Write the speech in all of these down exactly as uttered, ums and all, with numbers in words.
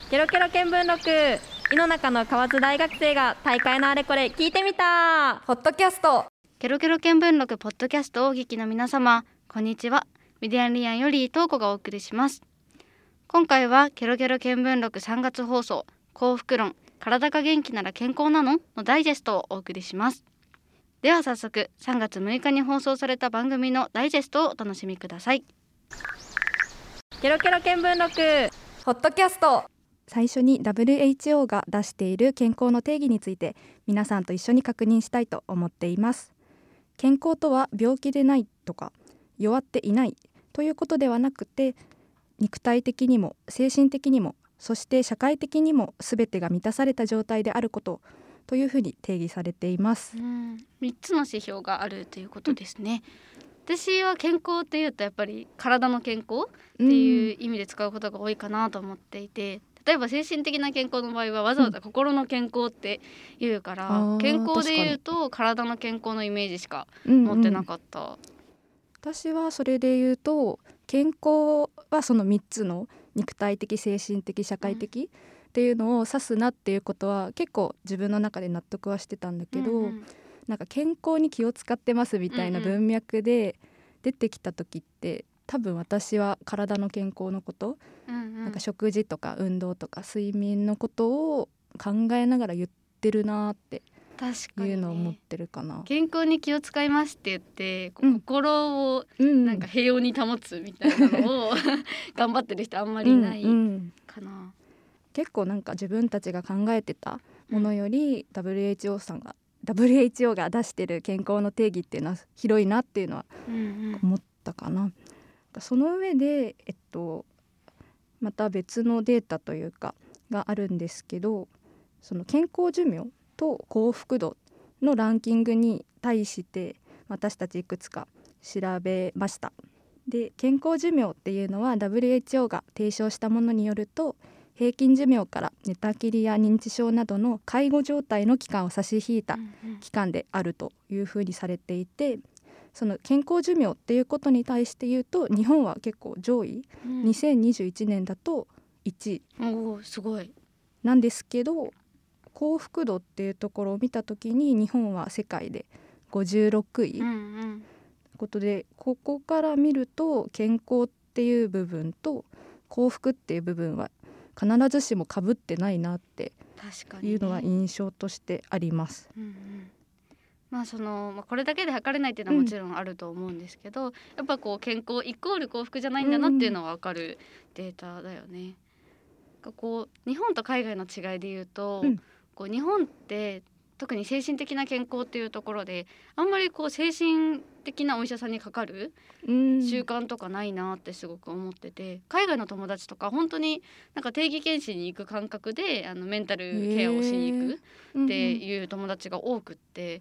ケロケロ見聞録、井の中の河津大学生が大会のあれこれ聞いてみたポッドキャスト。 ケロケロ見聞録ポッドキャストをお聞きの皆様、こんにちは。メディアンリアンよりトーコがお送りします。今回はケロケロ見聞録さんがつ放送、幸福論、体が元気なら健康なののダイジェストをお送りします。では早速、さんがつむいかに放送された番組のダイジェストをお楽しみください。 ケロケロ見聞録ポッドキャスト。 最初に ダブリューエイチオー が出している健康の定義について皆さんと一緒に確認したいと思っています。健康とは病気でないとか弱っていないということではなくて、肉体的にも精神的にもそして社会的にも全てが満たされた状態であることというふうに定義されています。 うん、みっつの指標があるということですね。うん、私は健康っていうとやっぱり体の健康っていう意味で使うことが多いかなと思っていて、例えば精神的な健康の場合はわざわざ心の健康って言うから、うん、健康で言うと体の健康のイメージしか持ってなかった。うんうん、 私はそれで言うと健康はそのみっつの肉体的精神的社会的っていうのを指すなっていうことは結構自分の中で納得はしてたんだけど、うんうん、なんか健康に気を使ってますみたいな文脈で出てきた時って多分私は体の健康のこと、うんうん、なんか食事とか運動とか睡眠のことを考えながら言ってるなっていうのを思ってるかな。 健康に気を使いますって言って、うん、心をなんか平穏に保つみたいなのを、うん、頑張ってる人あんまりいないかな。うんうん、 結構なんか自分たちが考えてたものより、うん、ダブリューエイチオー さんが ダブリューエイチオー が出してる健康の定義っていうのは広いなっていうのは思ったかな。うんうん、その上で、えっと、また別のデータというかがあるんですけど、その健康寿命と幸福度のランキングに対して私たちいくつか調べました。で、健康寿命っていうのは ダブリューエイチオー が提唱したものによると、平均寿命から寝たきりや認知症などの介護状態の期間を差し引いた期間であるというふうにされていて、その健康寿命っていうことに対して言うと日本は結構上位、うん、にせんにじゅういちねんだといちいおーすごいなんですけど、幸福度っていうところを見た時に日本は世界でごじゅうろくい、うんうん、ということでここから見ると健康っていう部分と幸福っていう部分は必ずしも被ってないなっていうのは印象としてあります。 うんうん、まあそのまあ、これだけで測れないっていうのはもちろんあると思うんですけど、うん、やっぱこう健康イコール幸福じゃないんだなっていうのは分かるデータだよね。うん、こう日本と海外の違いで言うと、うん、こう日本って特に精神的な健康っていうところであんまりこう精神的なお医者さんにかかる習慣とかないなってすごく思ってて、海外の友達とか本当になんか定期検診に行く感覚であのメンタルケアをしに行くっていう友達が多くって、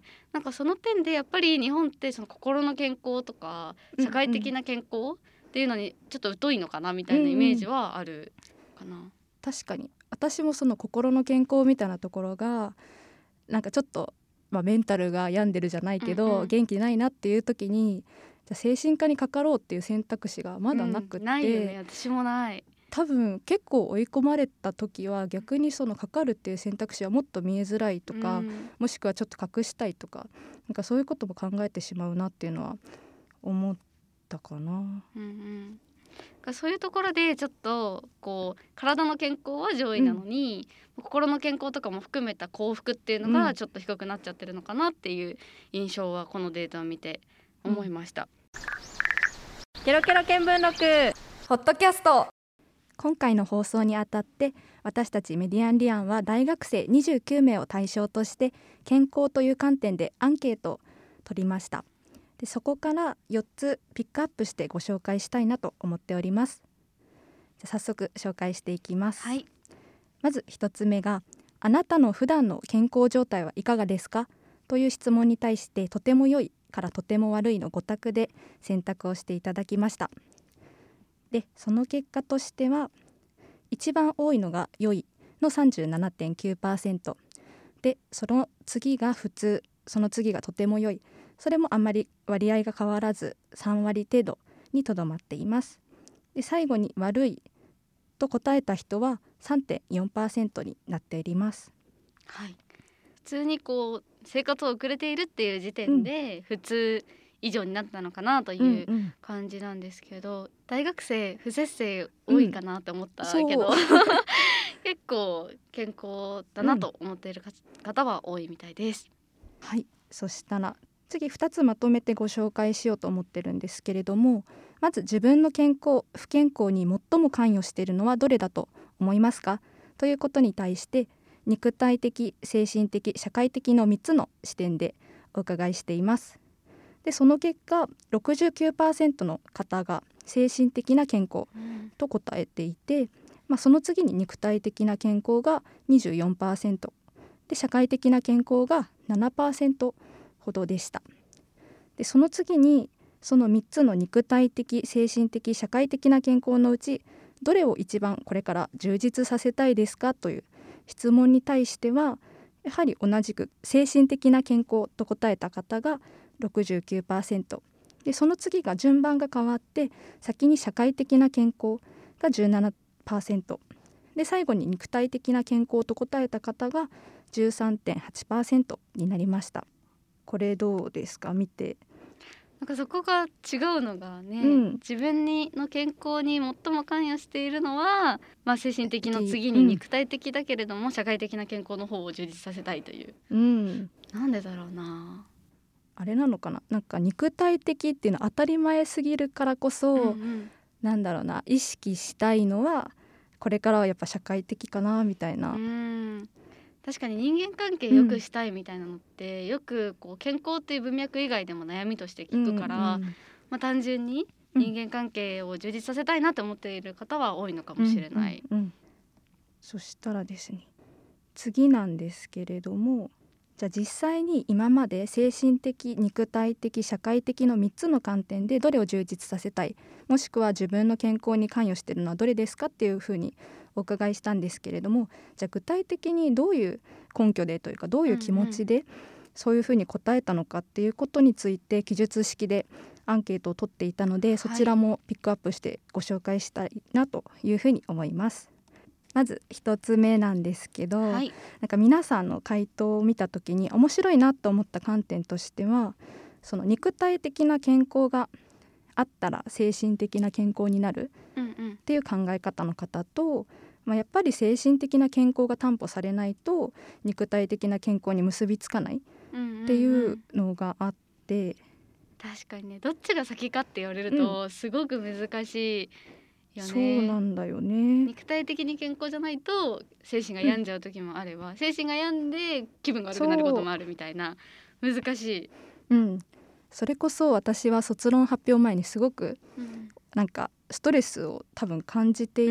なんかその点でやっぱり日本ってその心の健康とか社会的な健康っていうのにちょっと疎いのかなみたいなイメージはあるかな。うんうん、 確かに私もその心の健康みたいなところがなんかちょっと、まあ、メンタルが病んでるじゃないけど、うんうん、元気ないなっていう時にじゃ精神科にかかろうっていう選択肢がまだなくて、うん、 ないよね。私もない。 多分結構追い込まれた時は逆にそのかかるっていう選択肢はもっと見えづらいとか、うん、もしくはちょっと隠したいとか、なんかそういうことも考えてしまうなっていうのは思ったかな。うんうんそういうところでちょっとこう体の健康は上位なのに、うん、心の健康とかも含めた幸福っていうのがちょっと低くなっちゃってるのかなっていう印象はこのデータを見て思いました。 うん、ケロケロ見聞録ポッドキャスト。 今回の放送にあたって私たちメディアンリアンは大学生にじゅうきゅうめいを対象として健康という観点でアンケートを取りました。でそこからよっつピックアップしてご紹介したいなと思っております。じゃ早速紹介していきます。 はい、 まずひとつめが、あなたの普段の健康状態はいかがですかという質問に対して、とても良いからとても悪いのご択で選択をしていただきました。でその結果としては一番多いのが良いの さんじゅうななてんきゅうパーセント で、その次が普通、その次がとても良い、それもあんまり割合が変わらずさんわり程度にとどまっています。で最後に悪いと答えた人は さんてんよんパーセント になっています。 はい、普通にこう生活を送れているっていう時点で普通以上になったのかなという感じなんですけど、うんうん、大学生不摂生多いかなと思ったけど、うん、結構健康だなと思っている方は多いみたいです。 はい、そしたら次ふたつまとめてご紹介しようと思ってるんですけれども、まず自分の健康不健康に最も関与しているのはどれだと思いますかということに対して、肉体的、精神的、社会的のみっつの視点でお伺いしています。でその結果 ろくじゅうきゅうパーセント の方が精神的な健康と答えていて、うん、まあ、その次に肉体的な健康が にじゅうよんパーセント で社会的な健康が ななパーセント ほどでした。でその次にそのみっつの肉体的、精神的、社会的な健康のうちどれを一番これから充実させたいですかという質問に対しては、やはり同じく精神的な健康と答えた方が ろくじゅうきゅうパーセント で、その次が順番が変わって先に社会的な健康が じゅうななパーセント で、最後に肉体的な健康と答えた方が じゅうさんてんはちパーセント になりました。これどうですか、見て。 なんかそこが違うのがね、うん、自分にの健康に最も関与しているのは、まあ、精神的の次に肉体的だけれども、うん、社会的な健康の方を充実させたいという、うん、なんでだろうな、 あれなのかな、なんか肉体的っていうのは当たり前すぎるからこそ、うんうん、なんだろうな、意識したいのはこれからはやっぱ社会的かなみたいな。 うん、確かに人間関係良くしたいみたいなのって、うん、よくこう健康っていう文脈以外でも悩みとして聞くから、うんうん、まあ、単純に人間関係を充実させたいなと思っている方は多いのかもしれない、 うんうんうん、そしたらですね、次なんですけれども、じゃあ実際に今まで精神的、肉体的、社会的のみっつの観点でどれを充実させたい、もしくは自分の健康に関与しているのはどれですかっていうふうにお伺いしたんですけれども、じゃあ具体的にどういう根拠でというかどういう気持ちでそういうふうに答えたのかっていうことについて記述式でアンケートを取っていたので、そちらもピックアップしてご紹介したいなというふうに思います。まず一つ目なんですけど、はい、なんか皆さんの回答を見た時に面白いなと思った観点としては、その肉体的な健康があったら精神的な健康になるっていう考え方の方と、まあ、やっぱり精神的な健康が担保されないと肉体的な健康に結びつかないっていうのがあって、うんうんうん、 確かにね、どっちが先かって言われるとすごく難しいよね、 そうなんだよね。 肉体的に健康じゃないと精神が病んじゃう時もあれば、うん、精神が病んで気分が悪くなることもあるみたいな、難しい、 うん、それこそ私は卒論発表前にすごくなんかストレスを多分感じていて、うん、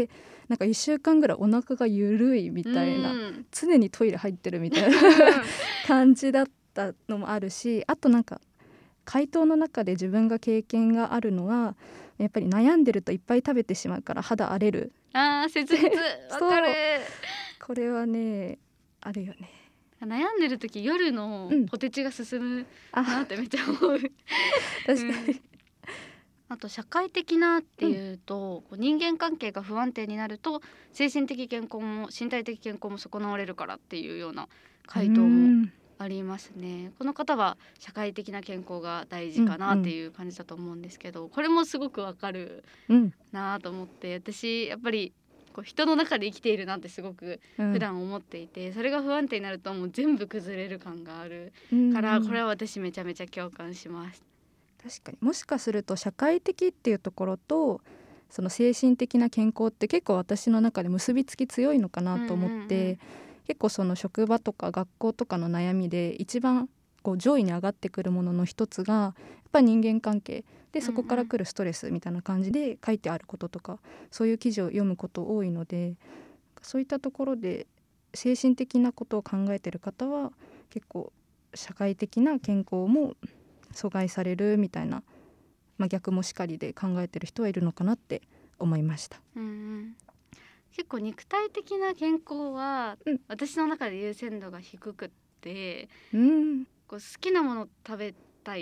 なんかいっしゅうかんぐらいお腹が緩いみたいな、うん、常にトイレ入ってるみたいな感じだったのもあるし、あとなんか回答の中で自分が経験があるのは、やっぱり悩んでるといっぱい食べてしまうから肌荒れる。 あー、切実わかるこれはねあるよね。 悩んでる時夜のポテチが進むなってめっちゃ思う、うん、確かに、うん、 あと社会的なっていうと、うん、人間関係が不安定になると精神的健康も身体的健康も損なわれるからっていうような回答もありますね。この方は社会的な健康が大事かなっていう感じだと思うんですけど、うんうん、これもすごくわかるなと思って、私やっぱりこう人の中で生きているなってすごく普段思っていて、うん、それが不安定になるともう全部崩れる感があるから、うんうん、これは私めちゃめちゃ共感します。 確かにもしかすると社会的っていうところとその精神的な健康って結構私の中で結びつき強いのかなと思って、うんうんうん、結構その職場とか学校とかの悩みで一番こう上位に上がってくるものの一つがやっぱ人間関係で、そこから来るストレスみたいな感じで書いてあることとか、そういう記事を読むこと多いので、そういったところで精神的なことを考えている方は結構社会的な健康も阻害されるみたいな、まあ、逆もしかりで考えてる人はいるのかなって思いました。 うんうん、結構肉体的な健康は、うん、私の中で優先度が低くって、うん、こう好きなもの食べたい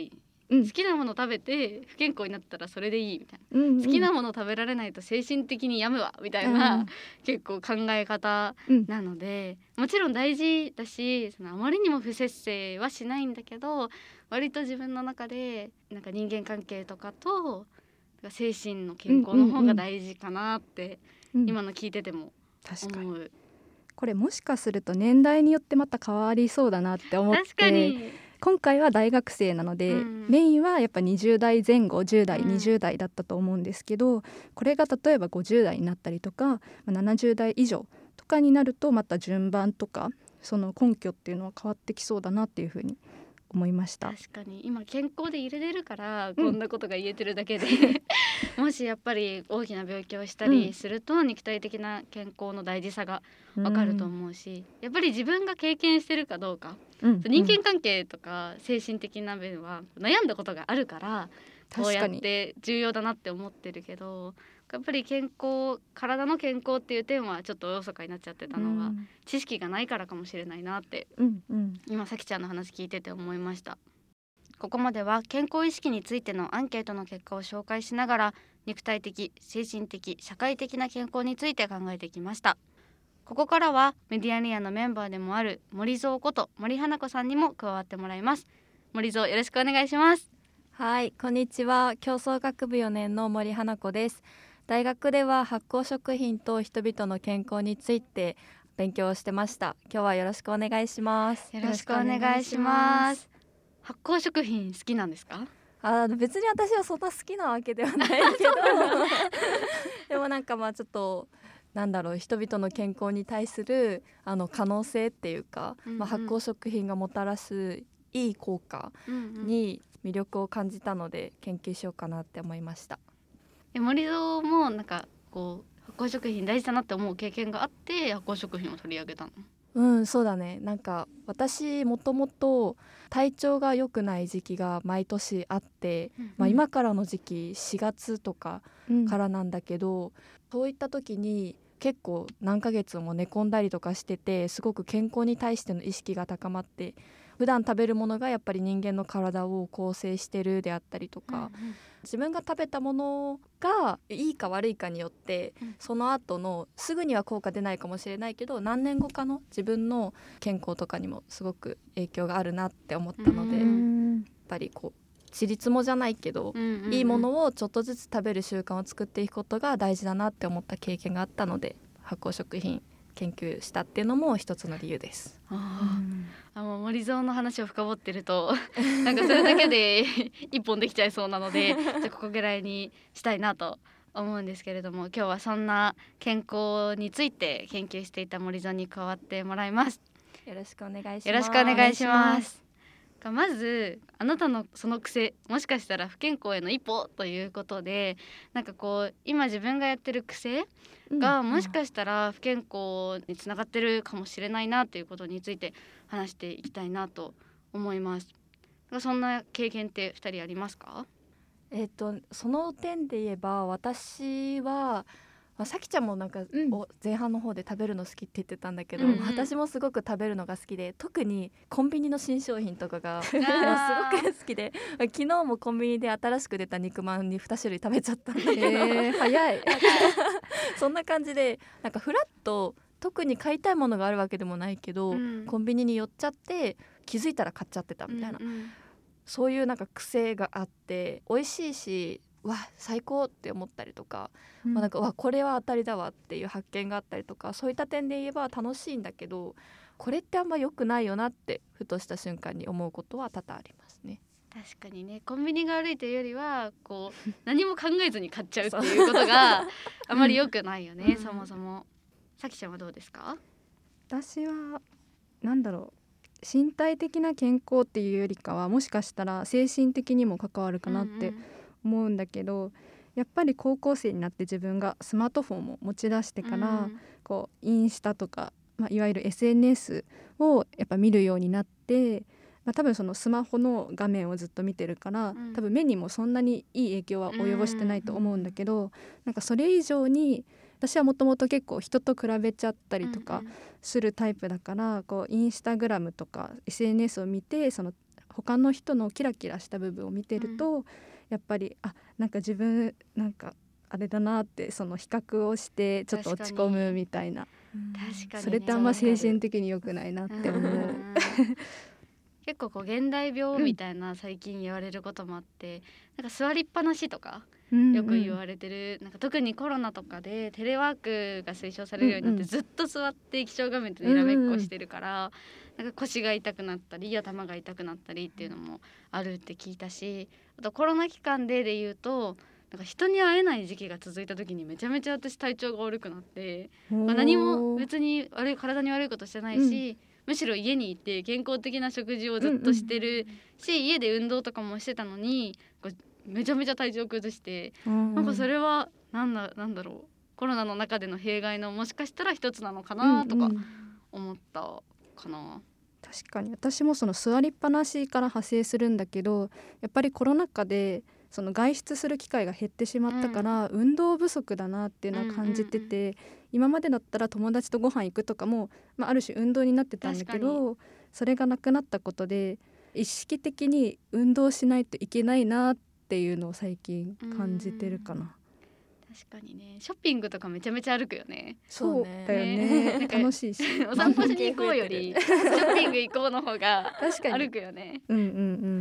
うん、 好きなもの食べて不健康になったらそれでいいみたいな、 うんうん、 好きなもの食べられないと精神的に病むわみたいな、 うん、 結構考え方うんなので、もちろん大事だし、そのあまりにも不摂生はしないんだけど、割と自分の中でなんか人間関係とかと精神の健康の方が大事かなって、 うんうん、 今の聞いてても確かに思う。 これもしかすると年代によってまた変わりそうだなって思って、 確かに今回は大学生なので、うん、メインはやっぱにじゅう代前後じゅう代、うん、にじゅう代だったと思うんですけど、これが例えばごじゅう代になったりとかななじゅう代以上とかになるとまた順番とかその根拠っていうのは変わってきそうだなっていうふうに思いました。 確かに今健康でいれれるからこんなことが言えてるだけで、うん、もしやっぱり大きな病気をしたりすると、うん、肉体的な健康の大事さがわかると思うし、うん、やっぱり自分が経験してるかどうか、うん、人間関係とか精神的な面は悩んだことがあるからこうやって重要だなって思ってるけど、やっぱり健康、体の健康っていう点はちょっとおろそかになっちゃってたのは、うん、知識がないからかもしれないなって、うんうん、今さきちゃんの話聞いてて思いました。ここまでは健康意識についてのアンケートの結果を紹介しながら、肉体的、精神的、社会的な健康について考えてきました。ここからはメディアニアのメンバーでもある森蔵こと森花子さんにも加わってもらいます。森蔵、よろしくお願いします。 はい、こんにちは。競争学部よねんの森花子です。大学では発酵食品と人々の健康について勉強してました。今日はよろしくお願いします。 よろしくお願いします。発酵食品好きなんですか？ あ、別に私はそんな好きなわけではないけどでもなんかまあちょっとなんだろう、人々の健康に対するあの可能性っていうか、うんうん、まあ、発酵食品がもたらすいい効果に魅力を感じたので研究しようかなって思いました。 え、森蔵もなんかこう発酵食品大事だなって思う経験があって発酵食品を取り上げたの？ うん、そうだね。なんか私もともと体調が良くない時期が毎年あって、うんうん、まあ、今からの時期しがつとかからなんだけど、うん、そういった時に結構何ヶ月も寝込んだりとかしてて、すごく健康に対しての意識が高まって、普段食べるものがやっぱり人間の体を構成してるであったりとか、うんうん、自分が食べたものがいいか悪いかによって、うん、その後のすぐには効果出ないかもしれないけど何年後かの自分の健康とかにもすごく影響があるなって思ったので、うん、やっぱりこうちりつもじゃないけど、うんうんうん、いいものをちょっとずつ食べる習慣を作っていくことが大事だなって思った経験があったので、発酵食品研究したっていうのも一つの理由です。 あ、うん、あ、もう森蔵の話を深掘ってるとなんかそれだけで一本できちゃいそうなのでじゃあここぐらいにしたいなと思うんですけれども、今日はそんな健康について研究していた森蔵に加わってもらいます。 よろしくお願いします。 よろしくお願いします。まずあなたのその癖、もしかしたら不健康への一歩ということで、なんかこう今自分がやってる癖がもしかしたら不健康につながってるかもしれないなということについて話していきたいなと思います。そんな経験ってふたりありますか？ えーと、その点で言えば私はまあ、さきちゃんもなんか、うん、前半の方で食べるの好きって言ってたんだけど、うんうん、私もすごく食べるのが好きで、特にコンビニの新商品とかがすごく好きで昨日もコンビニで新しく出た肉まんにに種類食べちゃったんだけど、 えー、早いそんな感じでなんかフラッと特に買いたいものがあるわけでもないけど、うん、コンビニに寄っちゃって気づいたら買っちゃってたみたいな、うんうん、そういうなんか癖があって、美味しいしわ最高って思ったりとか、うんまあ、なんかわこれは当たりだわっていう発見があったりとか、そういった点で言えば楽しいんだけど、これってあんま良くないよなってふとした瞬間に思うことは多々ありますね。 確かにね、コンビニが悪いというよりはこう何も考えずに買っちゃうっていうことがあまり良くないよね、うん、そもそも。さきちゃんはどうですか？ 私はなんだろう、身体的な健康っていうよりかはもしかしたら精神的にも関わるかなって思うんだけど、うんうん、やっぱり高校生になって自分がスマートフォンも持ち出してから、うん、こうインスタとか、まあ、いわゆる エスエヌエス をやっぱ見るようになって、まあ、多分そのスマホの画面をずっと見てるから、うん、多分目にもそんなにいい影響は及ぼしてないと思うんだけど、うん、なんかそれ以上に私はもともと結構人と比べちゃったりとかするタイプだから、こうインスタグラムとか エスエヌエス を見てその他の人のキラキラした部分を見てると、うん、やっぱりあなんか自分なんかあれだなってその比較をしてちょっと落ち込むみたいな。 確かに、 それってあんま精神的に良くないなって思う、うん、 結構こう現代病みたいな最近言われることもあって、うん、なんか座りっぱなしとかよく言われてる、うんうん、なんか特にコロナとかでテレワークが推奨されるようになって、うんうん、ずっと座って液晶画面とにらめっこしてるから、うんうん、なんか腰が痛くなったり頭が痛くなったりっていうのもあるって聞いたし、あとコロナ期間でで言うとなんか人に会えない時期が続いた時にめちゃめちゃ私体調が悪くなって、まあ、何も別に悪い体に悪いことしてないし、うん、むしろ家にいて健康的な食事をずっとしてるし、うんうん、家で運動とかもしてたのにめちゃめちゃ体調崩して、うん、なんかそれはなんだ、なんだろうコロナの中での弊害のもしかしたら一つなのかなとか思ったかな、うんうん、 確かに私もその座りっぱなしから派生するんだけど、やっぱりコロナ禍でその外出する機会が減ってしまったから、うん、運動不足だなっていうのを感じてて、うんうんうん、今までだったら友達とご飯行くとかも、まあ、ある種運動になってたんだけど、それがなくなったことで意識的に運動しないといけないなっていうのを最近感じてるかな。 確かにね、ショッピングとかめちゃめちゃ歩くよね。 そうだよね、ね楽しいしお散歩しに行こうよりショッピング行こうの方が歩くよね。 うんうんうん、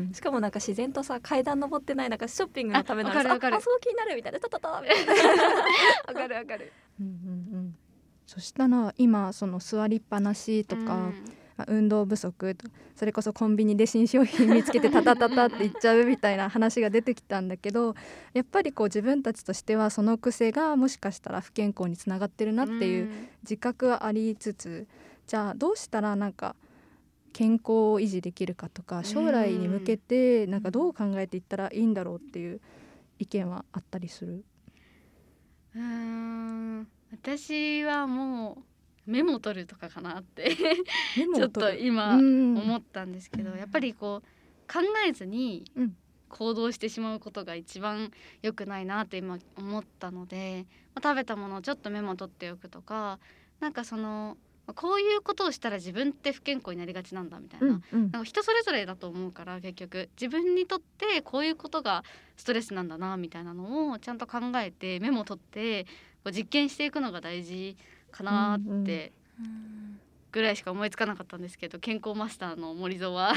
しかもなんか自然とさ階段登ってないなんかショッピングのためならさ あ, あそう気になるみたいなタタタみたいなわかるわかる、うんうんうん、 そしたら今その座りっぱなしとか、うん運動不足とそれこそコンビニで新商品見つけてタタタタって言っちゃうみたいな話が出てきたんだけど、やっぱりこう自分たちとしてはその癖がもしかしたら不健康につながってるなっていう自覚はありつつ、じゃあどうしたらなんか健康を維持できるかとか将来に向けてなんかどう考えていったらいいんだろうっていう意見はあったりする？ うーん私はもうメモ取るとかかなってちょっと今思ったんですけど、やっぱりこう考えずに行動してしまうことが一番良くないなって今思ったので、まあ、食べたものをちょっとメモ取っておくとか、なんかそのこういうことをしたら自分って不健康になりがちなんだみたいな、うんうん、なんか人それぞれだと思うから、結局自分にとってこういうことがストレスなんだなみたいなのをちゃんと考えてメモを取ってこう実験していくのが大事かなってぐらいしか思いつかなかったんですけど、健康マスターの森蔵はい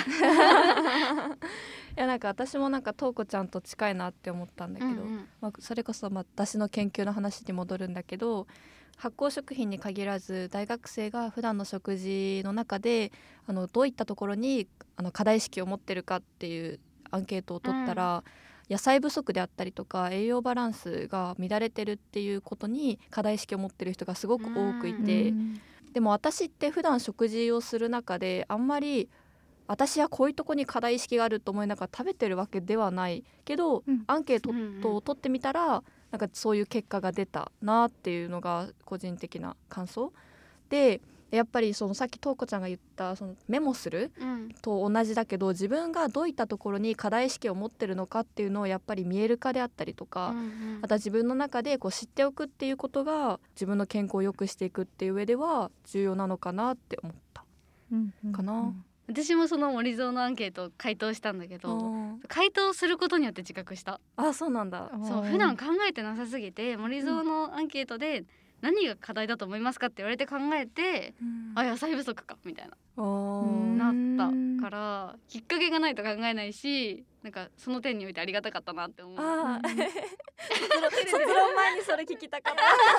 やなんか私もなんかトウコちゃんと近いなって思ったんだけど、うんうんまあ、それこそまあ私の研究の話に戻るんだけど、発酵食品に限らず大学生が普段の食事の中であのどういったところにあの課題意識を持ってるかっていうアンケートを取ったら、うん野菜不足であったりとか栄養バランスが乱れてるっていうことに課題意識を持ってる人がすごく多くいて、でも私って普段食事をする中であんまり私はこういうとこに課題意識があると思いながら食べてるわけではないけど、うん、アンケートを取ってみたらなんかそういう結果が出たなっていうのが個人的な感想で、やっぱりそのさっきトウコちゃんが言ったそのメモすると同じだけど、自分がどういったところに課題意識を持ってるのかっていうのをやっぱり見える化であったりとか、うんうん、あとは自分の中でこう知っておくっていうことが自分の健康を良くしていくっていう上では重要なのかなって思ったかな、うんうんうん、 私もその森蔵のアンケート回答したんだけど、回答することによって自覚した。 あ、そうなんだ。 そう普段考えてなさすぎて森蔵のアンケートで、うん何が課題だと思いますかって言われて考えて、うん、あ野菜不足かみたいななったからきっかけがないと考えないし、なんかその点においてありがたかったなって思う。あ卒論前にそれ聞きたかった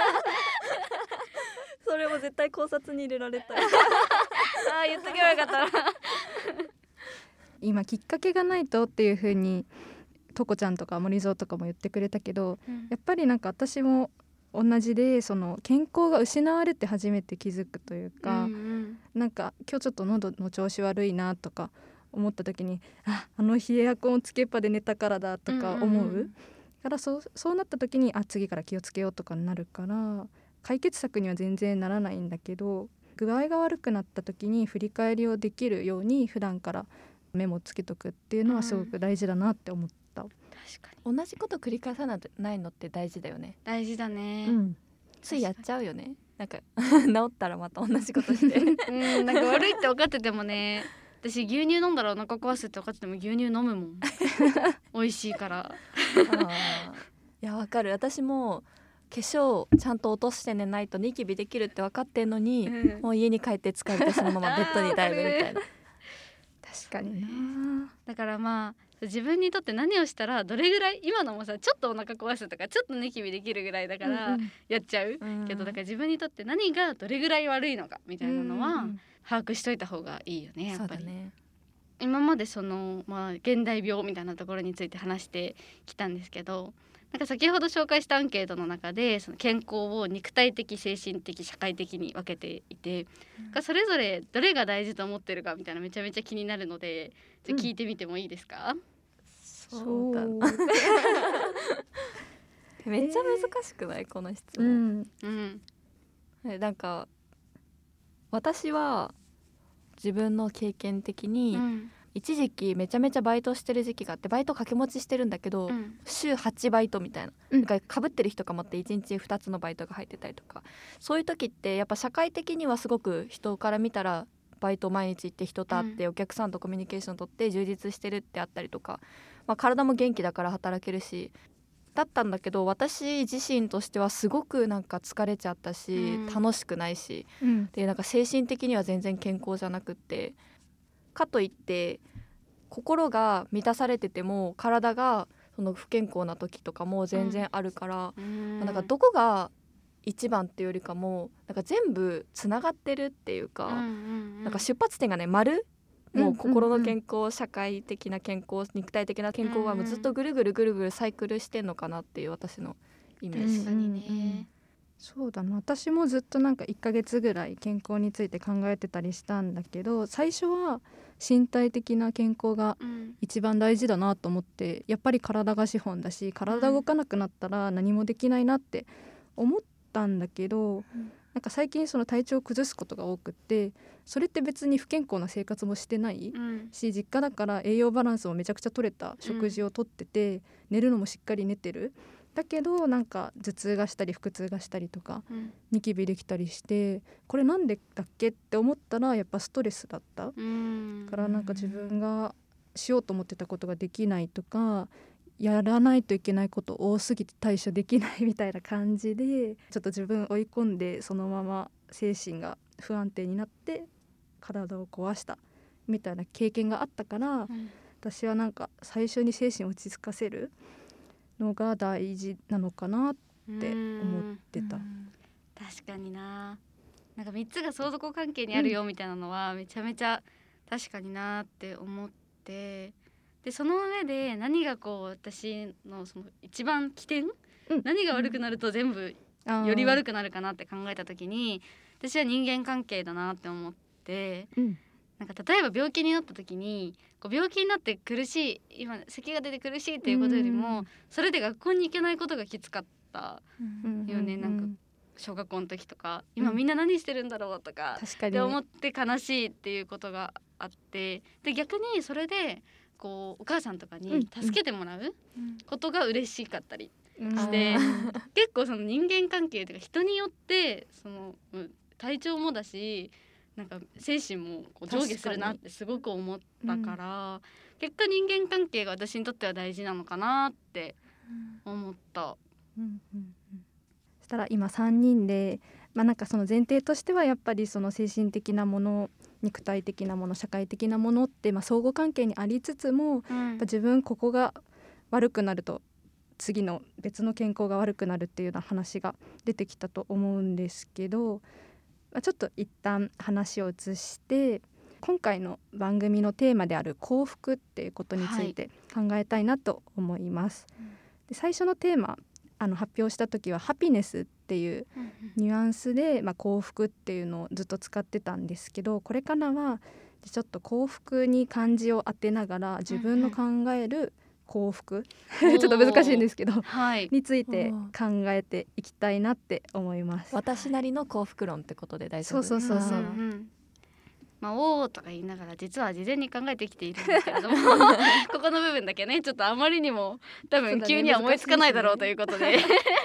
それも絶対考察に入れられたあ言っとけばよかったな今きっかけがないとっていう風にトコちゃんとか森蔵とかも言ってくれたけど、うん、やっぱりなんか私も同じで、その健康が失われて初めて気づくというか、うんうん、なんか今日ちょっと喉の調子悪いなとか思った時に あ, あの日エアコンをつけっぱで寝たからだとか思う、うんうん、からそう、そうなった時にあ次から気をつけようとかになるから解決策には全然ならないんだけど、具合が悪くなった時に振り返りをできるように普段からメモつけとくっていうのはすごく大事だなって思った、うん確かに同じこと繰り返さないのって大事だよね。 大事だね、 うん、ついやっちゃうよね。なんか治ったらまた同じことしてうんなんか悪いって分かっててもね私牛乳飲んだらお腹壊すって分かってても牛乳飲むもん美味しいからあいやわかる。私も化粧ちゃんと落として寝ないとニキビできるって分かってんのに、うん、もう家に帰って疲れてそのままベッドにダイブみたいな確かにな。 だからまあ自分にとって何をしたらどれぐらい、今のもさちょっとお腹壊すとかちょっとニキビできるぐらいだからやっちゃう、うんうん、けどだから自分にとって何がどれぐらい悪いのかみたいなのは把握しといた方がいいよね、やっぱり。そうだね。今までその、まあ、現代病みたいなところについて話してきたんですけど、なんか先ほど紹介したアンケートの中でその健康を肉体的、精神的、社会的に分けていて、うん、それぞれどれが大事と思ってるかみたいなめちゃめちゃ気になるので、じゃ聞いてみてもいいですか？うん、 そうだなめっちゃ難しくない、えー、この質問、うんうん、なんか私は自分の経験的に、うん、一時期めちゃめちゃバイトしてる時期があって、バイト掛け持ちしてるんだけど、うん、週はちバイトみたいな、うん、なんか被ってる人が持っていちにちふたつのバイトが入ってたりとか、そういう時ってやっぱ社会的にはすごく人から見たらバイト毎日行って人と会ってお客さんとコミュニケーション取って充実してるってあったりとか、まあ、体も元気だから働けるしだったんだけど、私自身としてはすごくなんか疲れちゃったし、うん、楽しくないし、うん、でなんか精神的には全然健康じゃなくって、かといって心が満たされてても体がその不健康な時とかも全然あるから、うん、なんかどこが一番っていうよりかもなんか全部つながってるっていうか、うんうんうん、なんか出発点がね丸、もう心の健康、うんうんうん、社会的な健康、肉体的な健康はもうずっとぐるぐるぐるぐるサイクルしてんのかなっていう私のイメージ。 確かにね、うんうん、 そうだな。私もずっとなんかいっかげつぐらい健康について考えてたりしたんだけど、最初は身体的な健康が一番大事だなと思って、やっぱり体が資本だし体動かなくなったら何もできないなって思ったんだけど、うん、なんか最近その体調を崩すことが多くって、それって別に不健康な生活もしてないし、うん、実家だから栄養バランスもめちゃくちゃ取れた食事をとってて、うん、寝るのもしっかり寝てる。だけどなんか頭痛がしたり腹痛がしたりとか、うん、ニキビできたりして、これなんでだっけって思ったらやっぱストレスだった、うん、からなんか自分がしようと思ってたことができないとか、やらないといけないこと多すぎて対処できないみたいな感じで、ちょっと自分追い込んでそのまま精神が不安定になって体を壊したみたいな経験があったから、うん、私はなんか最初に精神を落ち着かせるのが大事なのかなって思ってた。 確かにな。なんかみっつが相続関係にあるよみたいなのはめちゃめちゃ確かになって思って、でその上で何がこう私のその一番起点、うん、何が悪くなると全部より悪くなるかなって考えた時に、私は人間関係だなって思って、うん、なんか例えば病気になった時にこう病気になって苦しい、今咳が出て苦しいっていうことよりも、うん、それで学校に行けないことがきつかったよね、うん、なんか小学校の時とか、今みんな何してるんだろうとかって思って悲しいっていうことがあって、で逆にそれでこうお母さんとかに助けてもらうことが嬉しかったりして、うん、結構その人間関係というか人によってその体調もだし、なんか精神もこう上下するなってすごく思ったから、うん、結果人間関係が私にとっては大事なのかなって思った、うんうんうん、 そしたら今さんにんで、まあ、なんかその前提としてはやっぱりその精神的なもの、肉体的なもの、社会的なものって、まあ、相互関係にありつつも、うん、自分ここが悪くなると次の別の健康が悪くなるっていうような話が出てきたと思うんですけど、ちょっと一旦話を移して今回の番組のテーマである幸福っていうことについて考えたいなと思います、はい、で最初のテーマあの発表した時はハピネスっていうニュアンスで、まあ、幸福っていうのをずっと使ってたんですけど、これからはちょっと幸福に漢字を当てながら自分の考える幸福ちょっと難しいんですけど、はい、について考えていきたいなって思います。 私なりの幸福論ってことで大丈夫？ そうそうそうそう、うんうん、 まあ、おーとか言いながら実は事前に考えてきているんですけれどもここの部分だけねちょっとあまりにも多分急には思いつかないだろうということで、ね、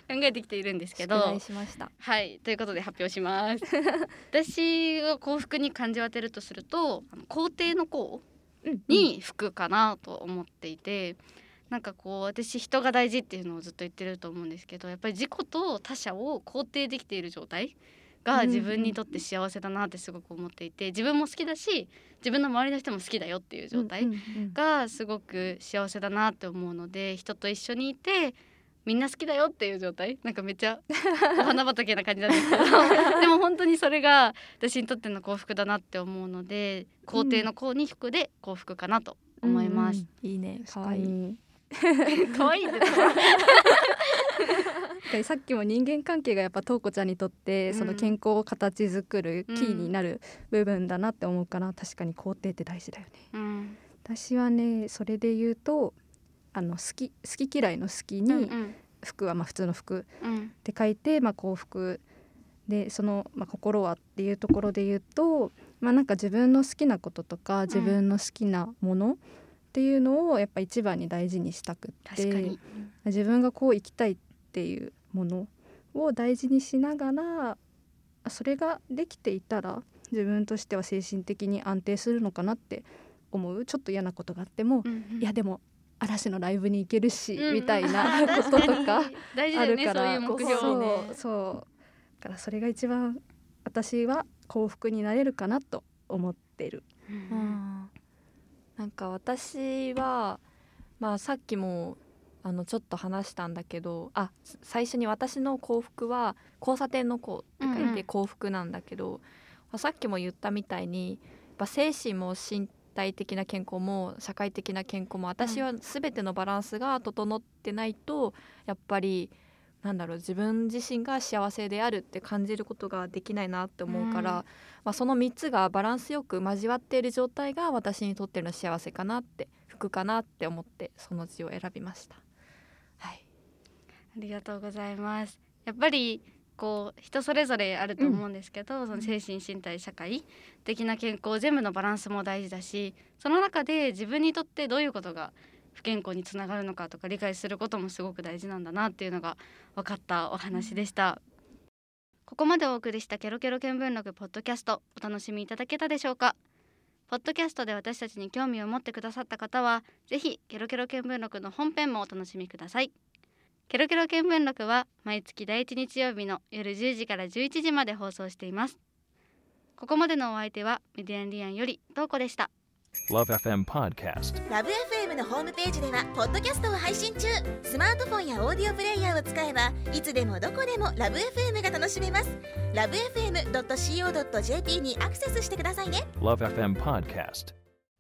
えてきているんですけど、 宿題しました。 はいということで発表します私が幸福に感じを当てるとすると肯定の幸に福かなと思っていて、うんうん、なんかこう私人が大事っていうのをずっと言ってると思うんですけど、やっぱり自己と他者を肯定できている状態が自分にとって幸せだなってすごく思っていて、自分も好きだし自分の周りの人も好きだよっていう状態がすごく幸せだなって思うので、人と一緒にいてみんな好きだよっていう状態、なんかめっちゃお花畑な感じなんですけどでも本当にそれが私にとっての幸福だなって思うので、肯定の幸に福で幸福かなと思います、 うんうん、いいね、かわいいかわいいってさっきも人間関係がやっぱとうこちゃんにとってその健康を形作るキーになる部分だなって思うから、確かに肯定って大事だよね、 うん、 私はねそれで言うとあの好き好き嫌いの好きに、うんうん、福はまあ普通の福って書いて、まあ、幸福で、その、まあ、心はっていうところで言うと、まあ、なんか自分の好きなこととか自分の好きなものっていうのをやっぱ一番に大事にしたくって、 確かに自分がこう生きたいっていうものを大事にしながら、それができていたら自分としては精神的に安定するのかなって思う。ちょっと嫌なことがあっても、うんうん、いやでも嵐のライブに行けるし、うん、みたいなこととかあるから、 そういう目標ね、 そうそうだからそれが一番私は幸福になれるかなと思ってる、 うん、なんか私は、まあ、さっきもあのちょっと話したんだけど、あ最初に私の幸福は交差点の幸って書いて幸福なんだけど、うんうん、さっきも言ったみたいにやっぱ精神も身体的な健康も社会的な健康も私は全てのバランスが整ってないとやっぱりなんだろう自分自身が幸せであるって感じることができないなって思うから、うんまあ、そのみっつがバランスよく交わっている状態が私にとっての幸せかなって福かなって思ってその字を選びました。はい、 ありがとうございます。やっぱりこう人それぞれあると思うんですけど、うん、その精神身体社会的な健康全部のバランスも大事だし、その中で自分にとってどういうことが不健康につながるのかとか理解することもすごく大事なんだなっていうのが分かったお話でした、うん、ここまでお送りしたケロケロ見聞録ポッドキャストお楽しみいただけたでしょうか。ポッドキャストで私たちに興味を持ってくださった方はぜひケロケロ見聞録の本編もお楽しみください。ケロケロ見聞録は毎月だいいち日曜日の夜じゅうじからじゅういちじまで放送しています。ここまでのお相手はメディアンリアンよりトウコでした。 ラブ エフエム Podcast。 ラブ エフエム のホームページではポッドキャストを配信中。スマートフォンやオーディオプレイヤーを使えばいつでもどこでもラブ エフエム が楽しめます。ラブ エフエムドットシーオードットジェーピー にアクセスしてくださいね。 ラブ エフエム Podcast。